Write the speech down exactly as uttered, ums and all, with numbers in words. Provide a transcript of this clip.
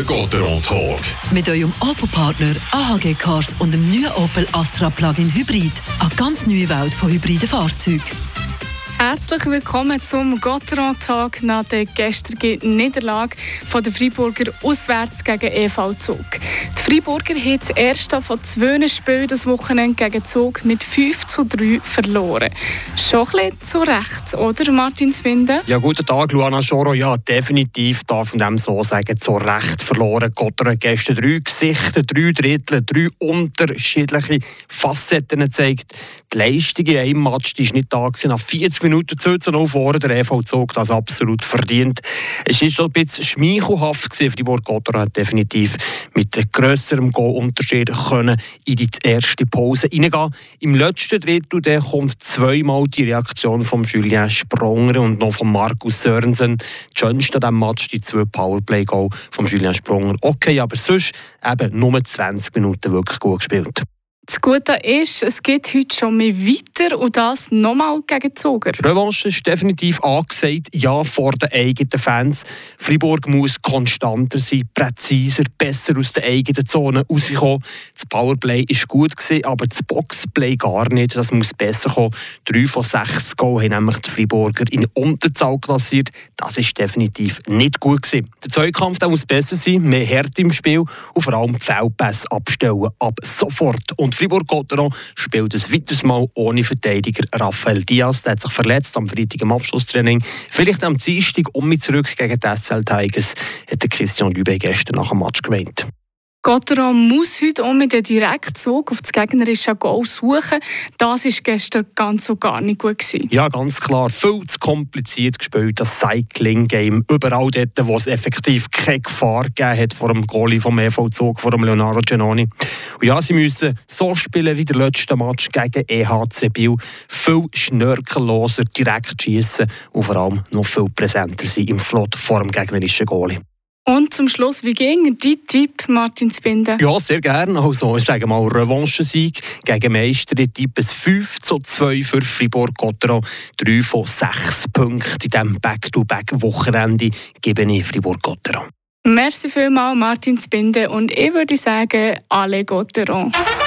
Der Gotteron Talk. Mit eurem Opel-Partner A H G Cars und dem neuen Opel Astra Plug-in Hybrid. Eine ganz neue Welt von hybriden Fahrzeugen. Herzlich willkommen zum Gotteron-Tag nach der gestrigen Niederlage der Freiburger auswärts gegen E V Zug. Die Freiburger haben das erste von zwei Spielen das Wochenende gegen Zug mit fünf zu drei verloren. Schon ein bisschen zu Recht, oder Martin Zbinden? Ja, guten Tag, Luana Schoro. Ja, definitiv darf man dem so sagen, zu Recht verloren. Gotteron hat gestern drei Gesichter, drei Drittel, drei unterschiedliche Facetten gezeigt. Die Leistung in einem Match die ist nicht da gewesen. Nach vierzig Minuten zwei zu null vor der E V Zug, das absolut verdient. Es war so ein bisschen schmeichelhaft gewesen für die Burg Gotteron, hat definitiv mit grösserem Goal-Unterschied können in die erste Pause hineingehen. Im letzten Drittel dann kommt zweimal die Reaktion von Julien Spronger und noch von Markus Sørensen. Das schönste an diesem Match, die zwei Powerplay-Goal von Julien Spronger. Okay, aber sonst eben nur zwanzig Minuten wirklich gut gespielt. Das Gute ist, es geht heute schon mehr weiter und das nochmal gegen Zuger. Revanche ist definitiv angesagt, ja, vor den eigenen Fans. Freiburg muss konstanter sein, präziser, besser aus der eigenen Zone rauskommen. Das Powerplay war gut, aber das Boxplay gar nicht. Das muss besser kommen. Drei von sechs Goals haben nämlich die Freiburger in Unterzahl klassiert. Das ist definitiv nicht gut gewesen. Der Zweikampf der muss besser sein, mehr Härte im Spiel und vor allem die Feldpässe abstellen. Ab sofort. Und Fribourg-Gotteron spielt ein weiteres Mal ohne Verteidiger Rafael Diaz. Der hat sich verletzt am Freitag im Abschlusstraining. Vielleicht am Dienstag um mich zurück gegen die S L Tigers, hat Christian Lübe gestern nach dem Match gemeint. Gotteron muss heute auch mit dem Direktzug auf das gegnerische Goal suchen. Das war gestern ganz und gar nicht gut gewesen. Ja, ganz klar. Viel zu kompliziert gespielt, das Cycling-Game. Überall dort, wo es effektiv keine Gefahr gegeben hat vor dem Goalie vom E V Zug, vor dem Leonardo Giannoni. Und ja, sie müssen so spielen wie der letzte Match gegen E H C Biel. Viel schnörkelloser, direkt schiessen und vor allem noch viel präsenter sein im Slot vor dem gegnerischen Goalie. Und zum Schluss, wie ging dein Tipp, Martin Zbinden? Ja, sehr gerne. Also, ich sage mal, Revanche-Sieg gegen Meister. Ich tippe es fünf zu zwei für Fribourg-Gotteron. drei von sechs Punkten in diesem Back-to-Back-Wochenende gebe ich Fribourg-Gotteron. Merci vielmals, Martin Zbinden. Und ich würde sagen, alle Gotteron.